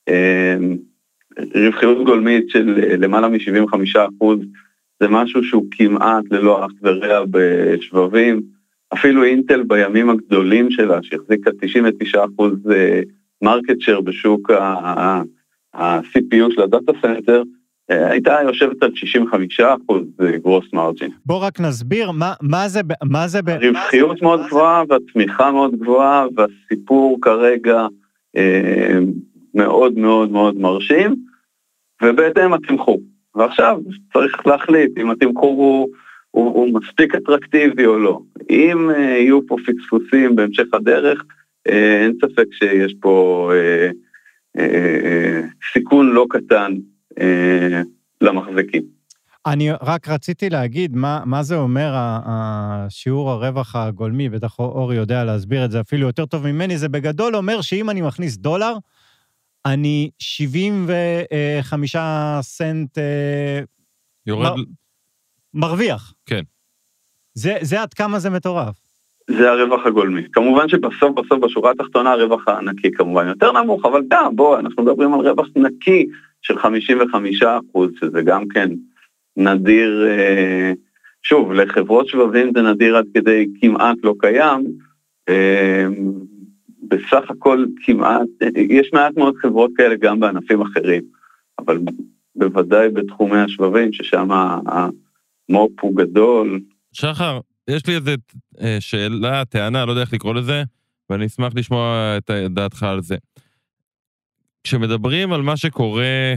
רווחיות גולמית של למעלה מ-שבעים וחמישה אחוז, זה משהו שהוא כמעט ללא אח ורע בשבבים, אפילו אינטל בימים הגדולים שלה, שהחזיקה תשעים ותשעה אחוז מרקט שייר בשוק ה-סי פי יו של הדאטה סנטר, הייתה יושבת על שישים וחמישה אחוז גרוס מרג'ין. בוא רק נסביר, מה, מה זה, מה זה... הרווחיות מאוד גבוהה, והצמיחה מאוד גבוהה, והסיפור כרגע אה, מאוד מאוד מאוד מרשים, ובהתאם התמחור. ועכשיו צריך להחליט אם התמחור הוא, הוא, הוא מספיק אטרקטיבי או לא. אם אה, יהיו פה פספוסים בהמשך הדרך, אה, אין ספק שיש פה אה, אה, סיכון לא קטן אה, למחזיקים. אני רק רציתי להגיד מה, מה זה אומר השיעור הרווח הגולמי, בטח אורי יודע להסביר את זה אפילו יותר טוב ממני, זה בגדול אומר שאם אני מכניס דולר, אני שבעים וחמישה סנט יורד... מר... מרוויח. כן. זה, זה עד כמה זה מטורף. זה הרווח הגולמי. כמובן שבסוף בסוף בשורה התחתונה הרווח הנקי כמובן יותר נמוך, אבל גם בוא, אנחנו מדברים על רווח נקי של חמישים וחמישה אחוז, שזה גם כן נדיר, שוב, לחברות שבבים זה נדיר עד כדי כמעט לא קיים, בסך הכל כמעט, יש מעט מאוד חברות כאלה גם בענפים אחרים, אבל בוודאי בתחומי השבבים, ששם המופ הוא גדול. שחר, יש לי איזו שאלה, טענה, לא יודע איך לקרוא לזה, ואני אשמח לשמוע את דעתך על זה. כשמדברים על מה שקורה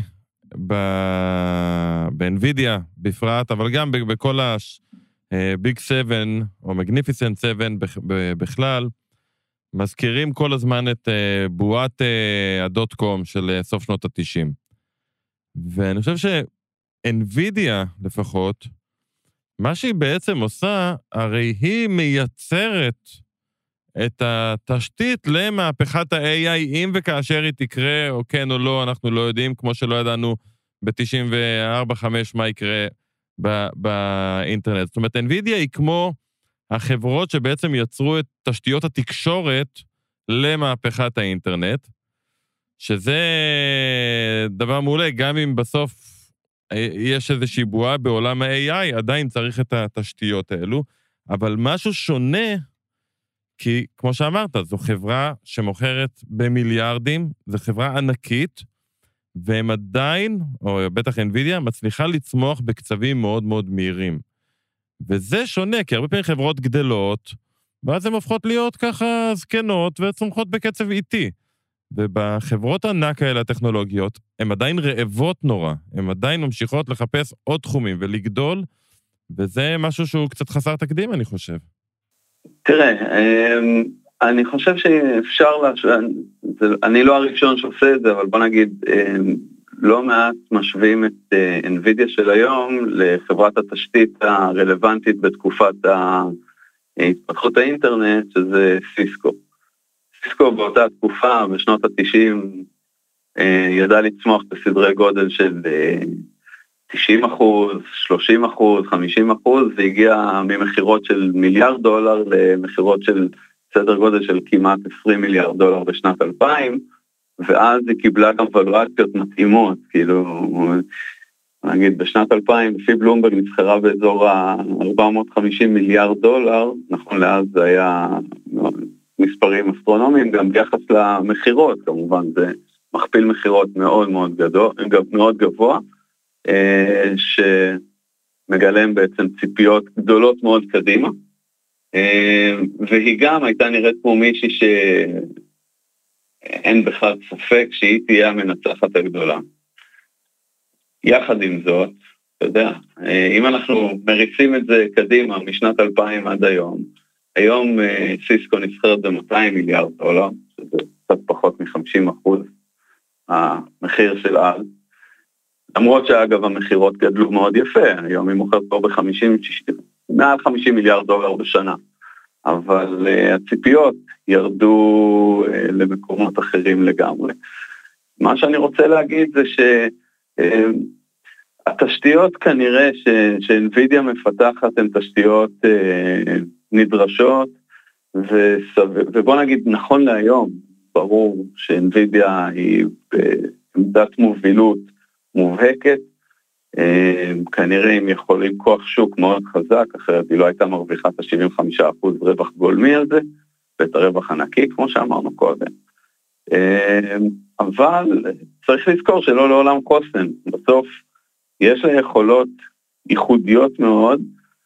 ב-NVIDIA בפרט, אבל גם בכל ה-Big Seven או Magnificent Seven בכלל, מזכירים כל הזמן את בועת הדוט קום של סוף שנות ה-תשעים. ואני חושב ש-NVIDIA לפחות, מה שהיא בעצם עושה, הרי היא מייצרת את התשתית למהפכת ה-איי איי, אם וכאשר היא תקרה, או כן או לא, אנחנו לא יודעים, כמו שלא ידענו ב-תשעים וארבע חמש מה יקרה באינטרנט. זאת אומרת, NVIDIA היא כמו החברות שבעצם יצרו את תשתיות התקשורת למהפכת האינטרנט, שזה דבר מעולה, גם אם בסוף יש איזושהי בועה בעולם ה-איי איי, עדיין צריך את התשתיות האלו, אבל משהו שונה, כי כמו שאמרת, זו חברה שמוכרת במיליארדים, זו חברה ענקית, והם עדיין, או בטח NVIDIA, מצליחה לצמוח בקצבים מאוד מאוד מהירים. וזה שונה, כי הרבה פעמים חברות גדלות, ואז הן הופכות להיות ככה זקנות, וצומחות בקצב איטי. ובחברות ענק האלה הטכנולוגיות, הן עדיין רעבות נורא, הן עדיין ממשיכות לחפש עוד תחומים ולגדול, וזה משהו שהוא קצת חסר תקדים, אני חושב. תראה, אני חושב שאפשר, אני לא הראשון שעושה את זה, אבל בוא נגיד, לא מעט משווים את NVIDIA של היום לחברת התשתית הרלוונטית בתקופת התפתחות האינטרנט, שזה סיסקו. סיסקו באותה תקופה, בשנות ה-תשעים, ידע לצמוח בסדרי גודל של תשעים אחוז, שלושים אחוז, חמישים אחוז, והגיע ממחירות של מיליארד דולר למחירות של סדר גודל של כמעט עשרים מיליארד דולר בשנת אלפיים, ואז היא קיבלה גם ולואציות מתאימות, כאילו, נגיד בשנת אלפיים, לפי בלומברג נסחרה באזור ה-ארבע מאות וחמישים מיליארד דולר, נכון לאז זה היה מספרים אסטרונומיים, גם ביחס למחירות, כמובן, זה מכפיל מחירות מאוד מאוד גדול, מאוד גבוה, שמגלם בעצם ציפיות גדולות מאוד קדימה, והיא גם הייתה נראית כמו מישהי שאין בכלל ספק שהיא תהיה המנצחת הגדולה. יחד עם זאת, אתה יודע, אם אנחנו מריצים את זה קדימה משנת אלפיים עד היום, היום סיסקו נסחרת ב-מאתיים מיליארד דולר, שזה קצת פחות מ-חמישים אחוז המחיר של אז, למרות שאגב המחירות גדלו מאוד יפה, היום היא מוכרת פה ב-חמישים, מעל חמישים מיליארד דולר בשנה, אבל uh, הציפיות ירדו uh, למקומות אחרים לגמרי. מה שאני רוצה להגיד זה שהתשתיות uh, כנראה ש-NVIDIA מפתחת הן תשתיות uh, נדרשות, וסב... ובוא נגיד נכון להיום, ברור ש-NVIDIA היא בעמדת מובילות מובהקת, כנראה הם יכולים כוח שוק מאוד חזק, אחרת היא לא הייתה מרוויחה את ה-שבעים וחמישה אחוז רווח גולמי הזה, ואת הרווח הנקי, כמו שאמרנו קודם. אבל צריך לזכור שלא לעולם קוסם, בסוף יש לה יכולות ייחודיות מאוד,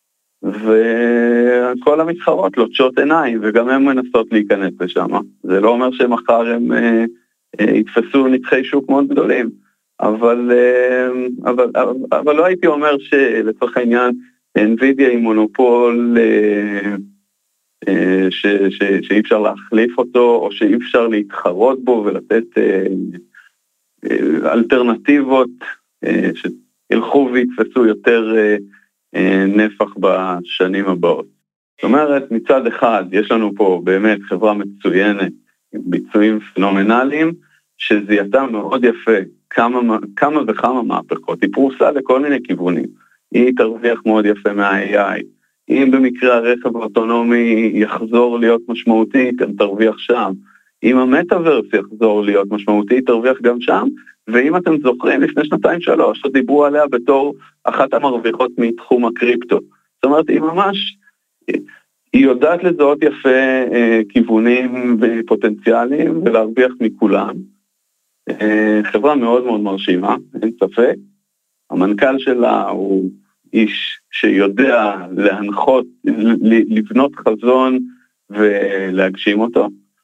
וכל המתחרות לוטשות עיניים, וגם הן מנסות להיכנס לשם. זה לא אומר שמחר הם אה, אה, יתפסו נתחי שוק מאוד גדולים, אבל, אה, אבל, אבל, אבל לא הייתי אומר שלצורך העניין, NVIDIA היא מונופול אה, אה, ש, ש, שאי אפשר להחליף אותו, או שאי אפשר להתחרות בו ולתת אה, אה, אלטרנטיבות אה, שילכו ויתפסו יותר אה, נפח בשנים הבאות. זאת אומרת, מצד אחד יש לנו פה באמת חברה מצוינת, עם ביצועים פנומנליים, שזיהתה מאוד יפה כמה, כמה וכמה מהפכות, היא פרוסה לכל מיני כיוונים, היא תרוויח מאוד יפה מה-איי איי, אם במקרה הרכב האוטונומי יחזור להיות משמעותי, גם תרוויח שם, אם המטאברס יחזור להיות משמעותי, תרוויח גם שם, ואם אתם זוכרים, לפני שנתיים שלוש, דיברו עליה בתור אחת המרוויחות מתחום הקריפטו. זאת אומרת, היא ממש, היא יודעת לזהות יפה אה, כיוונים ופוטנציאליים, ולהרוויח מכולם. אה, חברה מאוד מאוד מרשימה, אין ספק. המנכ"ל שלה הוא איש שיודע להנחות, לבנות חזון ולהגשים אותו.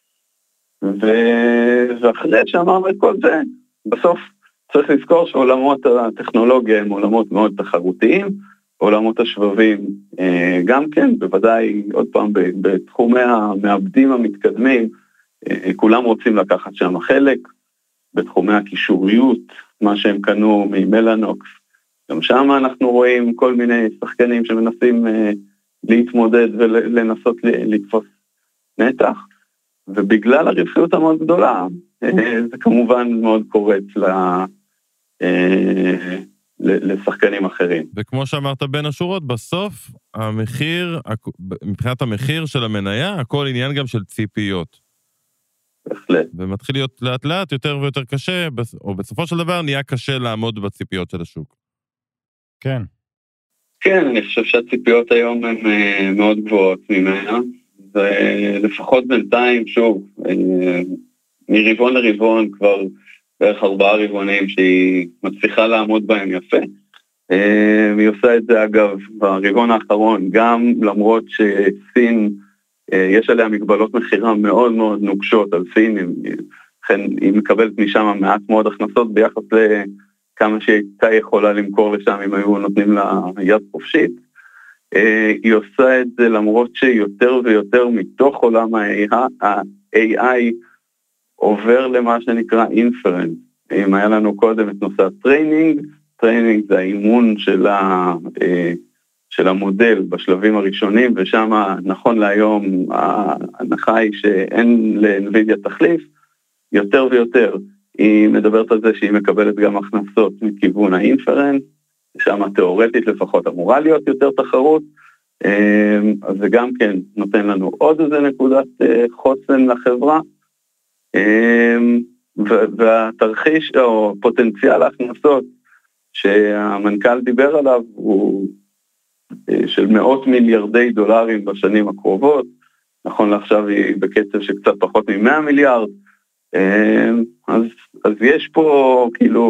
ואחרי שאמרנו את כל זה, בסוף צריך לזכור שעולמות הטכנולוגיה הם עולמות מאוד תחרותיים, עולמות השבבים גם כן, בוודאי עוד פעם בתחומי המעבדים המתקדמים, כולם רוצים לקחת שם חלק, בתחומי הקישוריות, מה שהם קנו ממלנוקס, גם שם אנחנו רואים כל מיני שחקנים שמנסים להתמודד ולנסות לתפוס נתח, ובגלל הרווחיות המאוד גדולה, זה כמובן מאוד קורץ לשחקנים אחרים. וכמו שאמרת בין השורות, בסוף המחיר, מבחינת המחיר של המניה, הכל עניין גם של ציפיות. בהחלט. ומתחיל להיות לאט לאט יותר ויותר קשה, או בסופו של דבר נהיה קשה לעמוד בציפיות של השוק. כן. כן, אני חושב שהציפיות היום הן מאוד גבוהות ממנה, ולפחות בינתיים, שוב, מרבעון לרבעון כבר בערך ארבעה רבעונים שהיא מצליחה לעמוד בהם יפה. היא עושה את זה אגב ברבעון האחרון, גם למרות שסין, יש עליה מגבלות מחירה מאוד מאוד נוקשות על סין, לכן היא מקבלת משם מעט מאוד הכנסות ביחס לכמה שהיא הייתה יכולה למכור לשם אם היו נותנים לה יד חופשית. היא עושה את זה למרות שיותר ויותר מתוך עולם ה-איי איי עובר למה שנקרא inference. אם היה לנו קודם את נושא הטריינינג, טריינינג זה האימון של, ה, של המודל בשלבים הראשונים, ושם נכון להיום ההנחה היא שאין ל-NVIDIA תחליף, יותר ויותר היא מדברת על זה שהיא מקבלת גם הכנסות מכיוון ה-inference, שם תיאורטית לפחות אמורה להיות יותר תחרות, אז זה גם כן נותן לנו עוד איזה נקודת חוסן לחברה, והתרחיש או פוטנציאל ההכנסות שהמנכ"ל דיבר עליו הוא של מאות מיליארדי דולרים בשנים הקרובות, נכון לעכשיו היא בקצב שקצת פחות מ-מאה מיליארד, אז, אז יש פה כאילו,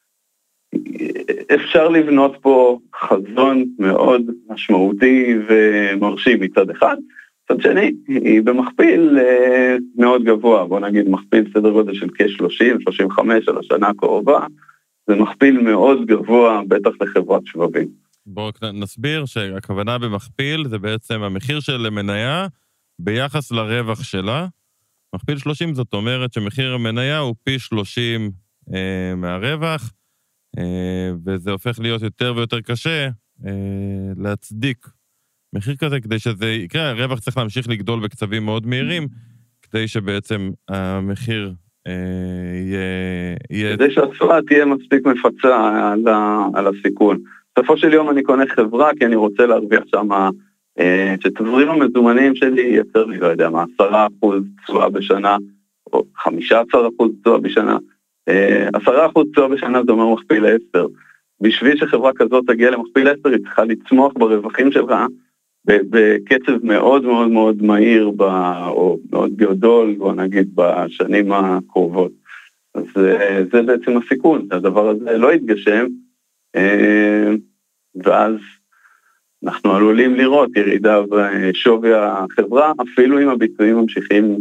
אפשר לבנות פה חזון מאוד משמעותי ומרשים מצד אחד, מצד שני, היא במכפיל מאוד גבוה, בוא נגיד מכפיל סדר גודל של כ-שלושים שלושים וחמש על השנה הקרובה, זה מכפיל מאוד גבוה בטח לחברת שבבים. בואו נסביר שהכוונה במכפיל זה בעצם המחיר של מניה ביחס לרווח שלה, מכפיל שלושים זאת אומרת שמחיר המניה הוא פי שלושים אה, מהרווח, אה, וזה הופך להיות יותר ויותר קשה אה, להצדיק מחיר כזה, כדי שזה יקרה, הרווח צריך להמשיך לגדול בקצבים מאוד מהירים, כדי שבעצם המחיר אה, יהיה... כדי שהתשואה תהיה מספיק מפצה על, ה, על הסיכון. בסופו של יום אני קונה חברה, כי אני רוצה להרוויח שם, אה, שתזרים המזומנים שלי ייצר לי, לא יודע מה, עשרה אחוז תשואה בשנה, או חמישה עשר אחוז תשואה בשנה. אה, עשרה אחוז תשואה בשנה זה אומר מכפיל עשר. בשביל שחברה כזאת תגיע למכפיל עשר, היא צריכה לצמוח ברווחים שלה, בקצב מאוד מאוד מאוד מהיר, או מאוד גדול, בוא נגיד, בשנים הקרובות. אז זה בעצם הסיכון, הדבר הזה לא יתגשם, ואז אנחנו עלולים לראות ירידה בשווי החברה, אפילו אם הביצועים ממשיכים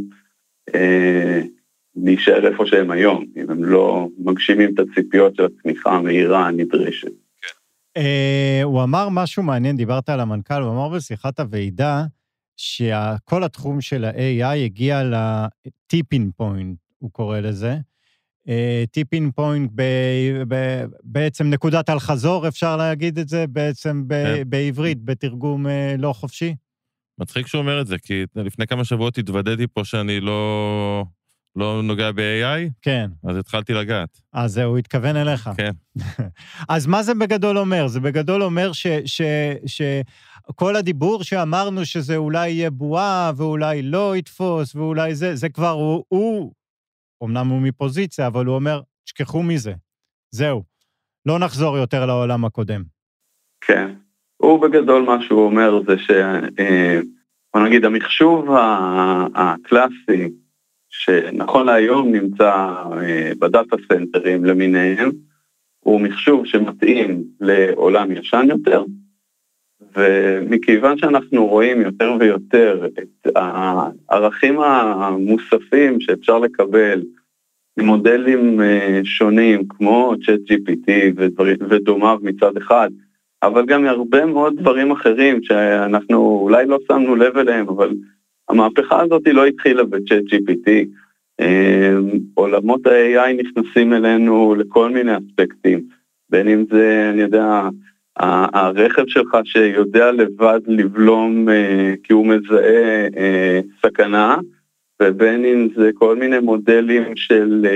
להישאר איפה שהם היום, אם הם לא מגשימים את הציפיות של הצמיחה המהירה הנדרשת. הוא אמר משהו מעניין, דיברת על המנכ"ל, הוא אמר בשיחת הוועידה, שכל התחום של ה-איי איי הגיע לטיפינג פוינט, הוא קורא לזה, טיפינג פוינט בעצם נקודת על חזור, אפשר להגיד את זה בעצם בעברית, בתרגום לא חופשי. מצחיק שהוא אומר את זה, כי לפני כמה שבועות התוודעתי פה שאני לא... לא נוגע ב-איי איי? כן. אז התחלתי לגעת. אז זהו, הוא התכוון אליך. כן. אז מה זה בגדול אומר? זה בגדול אומר ש, ש, שכל הדיבור שאמרנו שזה אולי יהיה בועה, ואולי לא יתפוס, ואולי זה, זה כבר הוא, הוא, אמנם הוא מפוזיציה, אבל הוא אומר, שכחו מזה. זהו. לא נחזור יותר לעולם הקודם. כן. הוא בגדול מה שהוא אומר זה ש... בוא נגיד, המחשוב הקלאסי, שנכון להיום נמצא בדאטה סנטרים למיניהם, הוא מחשוב שמתאים לעולם ישן יותר, ומכיוון שאנחנו רואים יותר ויותר את הערכים המוספים שאפשר לקבל ממודלים שונים, כמו צ'אט ג'י פי טי ודומיו מצד אחד, אבל גם הרבה מאוד דברים אחרים שאנחנו אולי לא שמנו לב אליהם, אבל המהפכה הזאת לא התחילה ב-צ'אט ג'י פי טי, עולמות ה-איי איי נכנסים אלינו לכל מיני אספקטים, בין אם זה, אני יודע, הרכב שלך שיודע לבד לבלום כי הוא מזהה סכנה, ובין אם זה כל מיני מודלים של,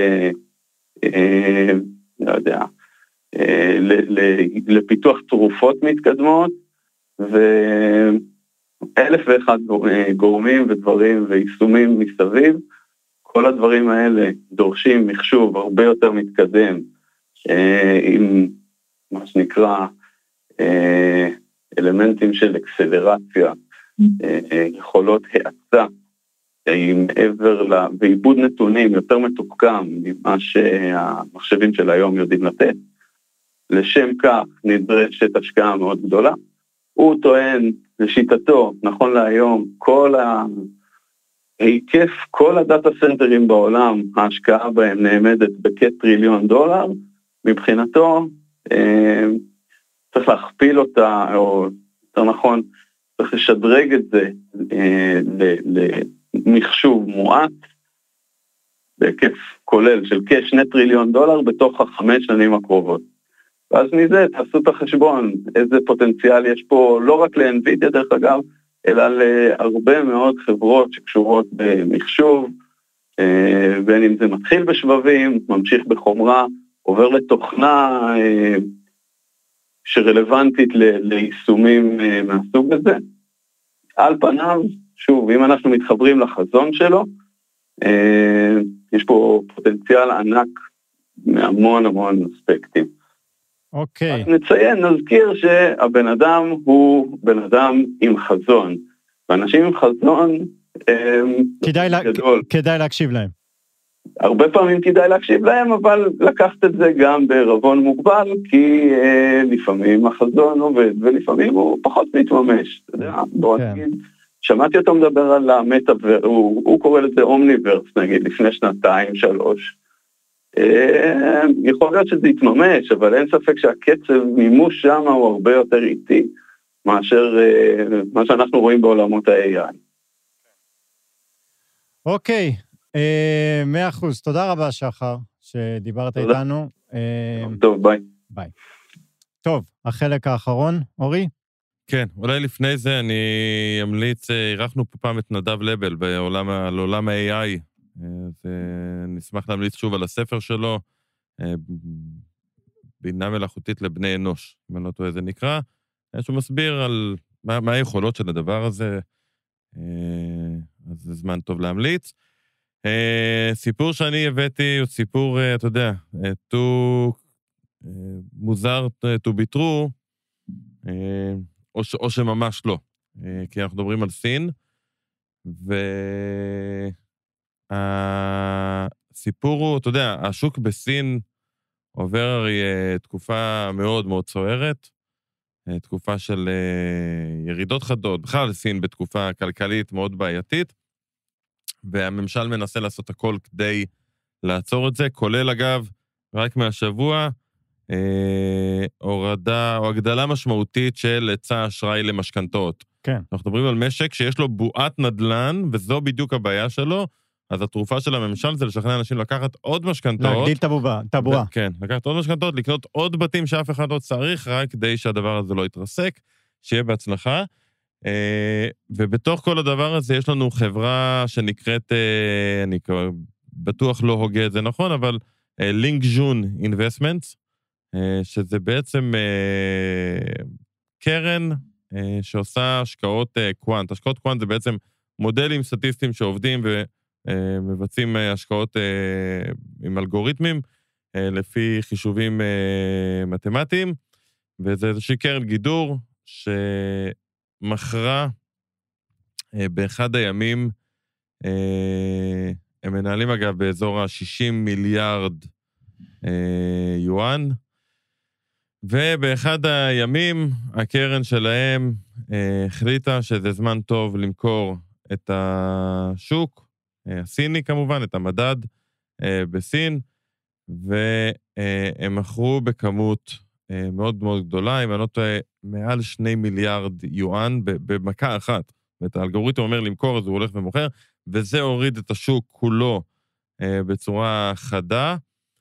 לא יודע, לפיתוח תרופות מתקדמות, ו... אלף ואחד גורמים ודברים ויישומים מסביב, כל הדברים האלה דורשים מחשוב הרבה יותר מתקדם, עם מה שנקרא אלמנטים של אקסלרציה, יכולות האצה, עם עבר ועיבוד נתונים יותר מתוחכם ממה שהמחשבים של היום יודעים לתת. לשם כך נדרשת השקעה מאוד גדולה. הוא טוען לשיטתו, נכון להיום, כל ההיקף, כל הדאטה סנטרים בעולם, ההשקעה בהם נאמדת בכטריליון דולר, מבחינתו אה, צריך להכפיל אותה, או יותר נכון, צריך לשדרג את זה אה, למחשוב מועט, בהיקף כולל של כשני טריליון דולר בתוך החמש שנים הקרובות. ואז מזה תעשו את החשבון, איזה פוטנציאל יש פה, לא רק ל-NVIDIA דרך אגב, אלא להרבה מאוד חברות שקשורות במחשוב, בין אם זה מתחיל בשבבים, ממשיך בחומרה, עובר לתוכנה שרלוונטית ליישומים מהסוג הזה. על פניו, שוב, אם אנחנו מתחברים לחזון שלו, יש פה פוטנציאל ענק מהמון המון אספקטים. אוקיי. אז נציין, נזכיר שהבן אדם הוא בן אדם עם חזון, ואנשים עם חזון כדאי גדול. כדאי להקשיב להם. הרבה פעמים כדאי להקשיב להם, אבל לקחת את זה גם בערבון מוגבל, כי לפעמים החזון עובד, ולפעמים הוא פחות מתממש. אתה יודע, בוא נגיד, שמעתי אותו מדבר על המטאברס, הוא, הוא קורא לזה אומניברס, נגיד, לפני שנתיים, שלוש. יכול להיות שזה יתממש, אבל אין ספק שהקצב מימוש שם הוא הרבה יותר איטי, מאשר מה שאנחנו רואים בעולמות ה-איי איי. אוקיי, מאה אחוז. תודה רבה, שחר, שדיברת איתנו. טוב, ביי. ביי. טוב, החלק האחרון, אורי? כן, אולי לפני זה אני אמליץ, ערכנו פה פעם את נדב לבל בעולם ה-איי איי, ונשמח להמליץ שוב על הספר שלו, בינה מלאכותית לבני אנוש, אם אני לא טועה זה נקרא, שהוא מסביר על מה, מה היכולות של הדבר הזה, אז זה זמן טוב להמליץ. סיפור שאני הבאתי הוא סיפור, אתה יודע, תו מוזר to be true, או, ש, או שממש לא, כי אנחנו מדברים על סין, והסיפור הוא, אתה יודע, השוק בסין עובר הרי תקופה מאוד מאוד סוערת, תקופה של ירידות חדות, בכלל סין בתקופה כלכלית מאוד בעייתית, והממשל מנסה לעשות הכל כדי לעצור את זה, כולל אגב, רק מהשבוע, אה, הורדה או הגדלה משמעותית של היצע אשראי למשכנתאות. כן. אנחנו מדברים על משק שיש לו בועת נדל"ן, וזו בדיוק הבעיה שלו, אז התרופה של הממשל זה לשכנע אנשים לקחת עוד משכנתאות. להגדיל את הבועה, את הבועה. כן, לקחת עוד משכנתאות, לקנות עוד בתים שאף אחד לא צריך, רק כדי שהדבר הזה לא יתרסק, שיהיה בהצלחה. ובתוך כל הדבר הזה יש לנו חברה שנקראת, אני בטוח לא הוגה את זה נכון, אבל לינקג'ון Investments, שזה בעצם קרן שעושה השקעות קוואנט. השקעות קוואנט זה בעצם מודלים סטטיסטיים שעובדים ומבצעים השקעות עם אלגוריתמים, לפי חישובים מתמטיים, וזה איזושהי קרן גידור שמכרה באחד הימים, הם מנהלים אגב באזור ה-שישים מיליארד יואן, ובאחד הימים הקרן שלהם החליטה שזה זמן טוב למכור את השוק, הסיני כמובן, את המדד בסין, והם מכרו בכמות מאוד מאוד גדולה, אם אני לא טועה, מעל שני מיליארד יואן במכה אחת. ואת האלגוריתם אומר למכור, אז הוא הולך ומוכר, וזה הוריד את השוק כולו בצורה חדה,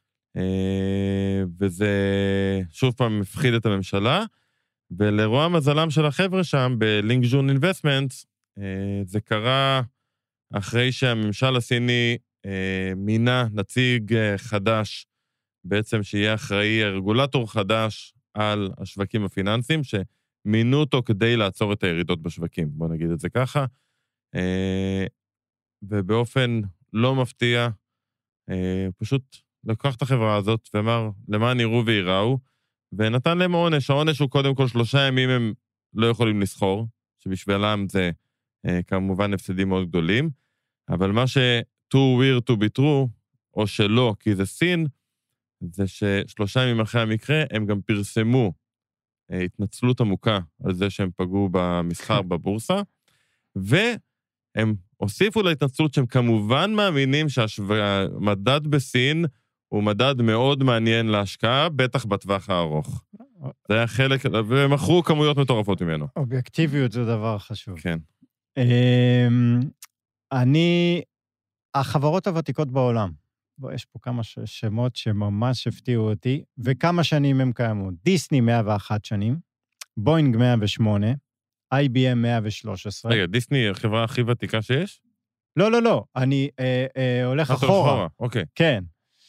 וזה שוב פעם מפחיד את הממשלה, ולרוע מזלם של החבר'ה שם, בלינקג'ון Investments, זה קרה אחרי שהממשל הסיני מינה נציג חדש, בעצם שיהיה אחראי רגולטור חדש על השווקים הפיננסיים, שמינו אותו כדי לעצור את הירידות בשווקים, בוא נגיד את זה ככה, ובאופן לא מפתיע, פשוט לקח את החברה הזאת ואמר, למען יראו ויראו, ונתן להם עונש. העונש הוא קודם כל שלושה ימים הם לא יכולים לסחור, שבשבילם זה כמובן הפסדים מאוד גדולים, אבל מה ש-too weird to be true, או שלא, כי זה סין, זה ששלושה ימים אחרי המקרה, הם גם פרסמו התנצלות עמוקה על זה שהם פגעו במסחר בבורסה, והם הוסיפו להתנצלות שהם כמובן מאמינים שהמדד בסין הוא מדד מאוד מעניין להשקעה, בטח בטווח הארוך. זה היה חלק, והם מכרו כמויות מטורפות ממנו. אובייקטיביות זה דבר חשוב. כן. אני, החברות הוותיקות בעולם, יש פה כמה שמות שממש הפתיעו אותי, וכמה שנים הם קיימות. דיסני מאה ואחת שנים, בוינג מאה ושמונה, איי בי אם מאה ושלוש עשרה. רגע, דיסני היא החברה הכי ותיקה שיש? לא, לא, לא, אני אה, אה, הולך אחורה. אחורה, אוקיי. כן.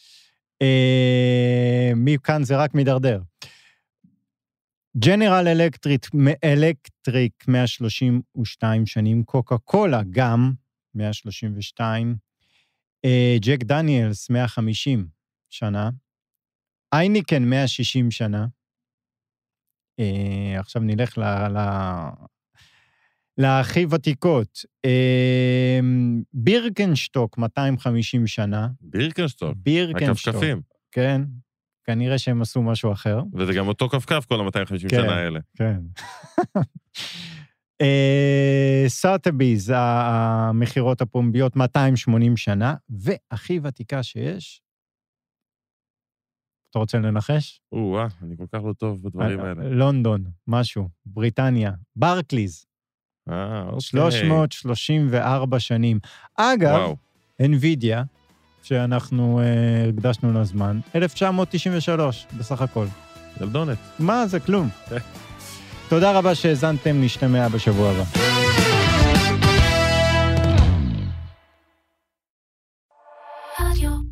אה, מכאן זה רק מדרדר. ג'נרל אלקטריק, אלקטריק מאה שלושים ושתיים שנים, קוקה קולה גם מאה שלושים ושתיים, ג'ק דניאלס מאה וחמישים שנה, אייניקן מאה ושישים שנה, עכשיו נלך להכי ותיקות, בירקנשטוק מאתיים וחמישים שנה. בירקנשטוק? בירקנשטוק. הכפכפים. כן, כנראה שהם עשו משהו אחר. וזה גם אותו כפכף כל ה-מאתיים וחמישים שנה האלה. כן, כן. סאטביז, המחירות הפומביות, מאתיים ושמונים שנה, והכי ותיקה שיש, אתה רוצה לנחש? או-אה, אני כל כך לא טוב בדברים האלה. לונדון, משהו, בריטניה, ברקליז. אה, אוקיי. שלוש מאות שלושים וארבע שנים. אגב, אנווידיה, שאנחנו הקדשנו לזמן, אלף תשע מאות תשעים ושלוש, בסך הכל. ילדונת. מה, זה כלום. תודה רבה שהזנתם, נשתמע בשבוע הבא. רדיו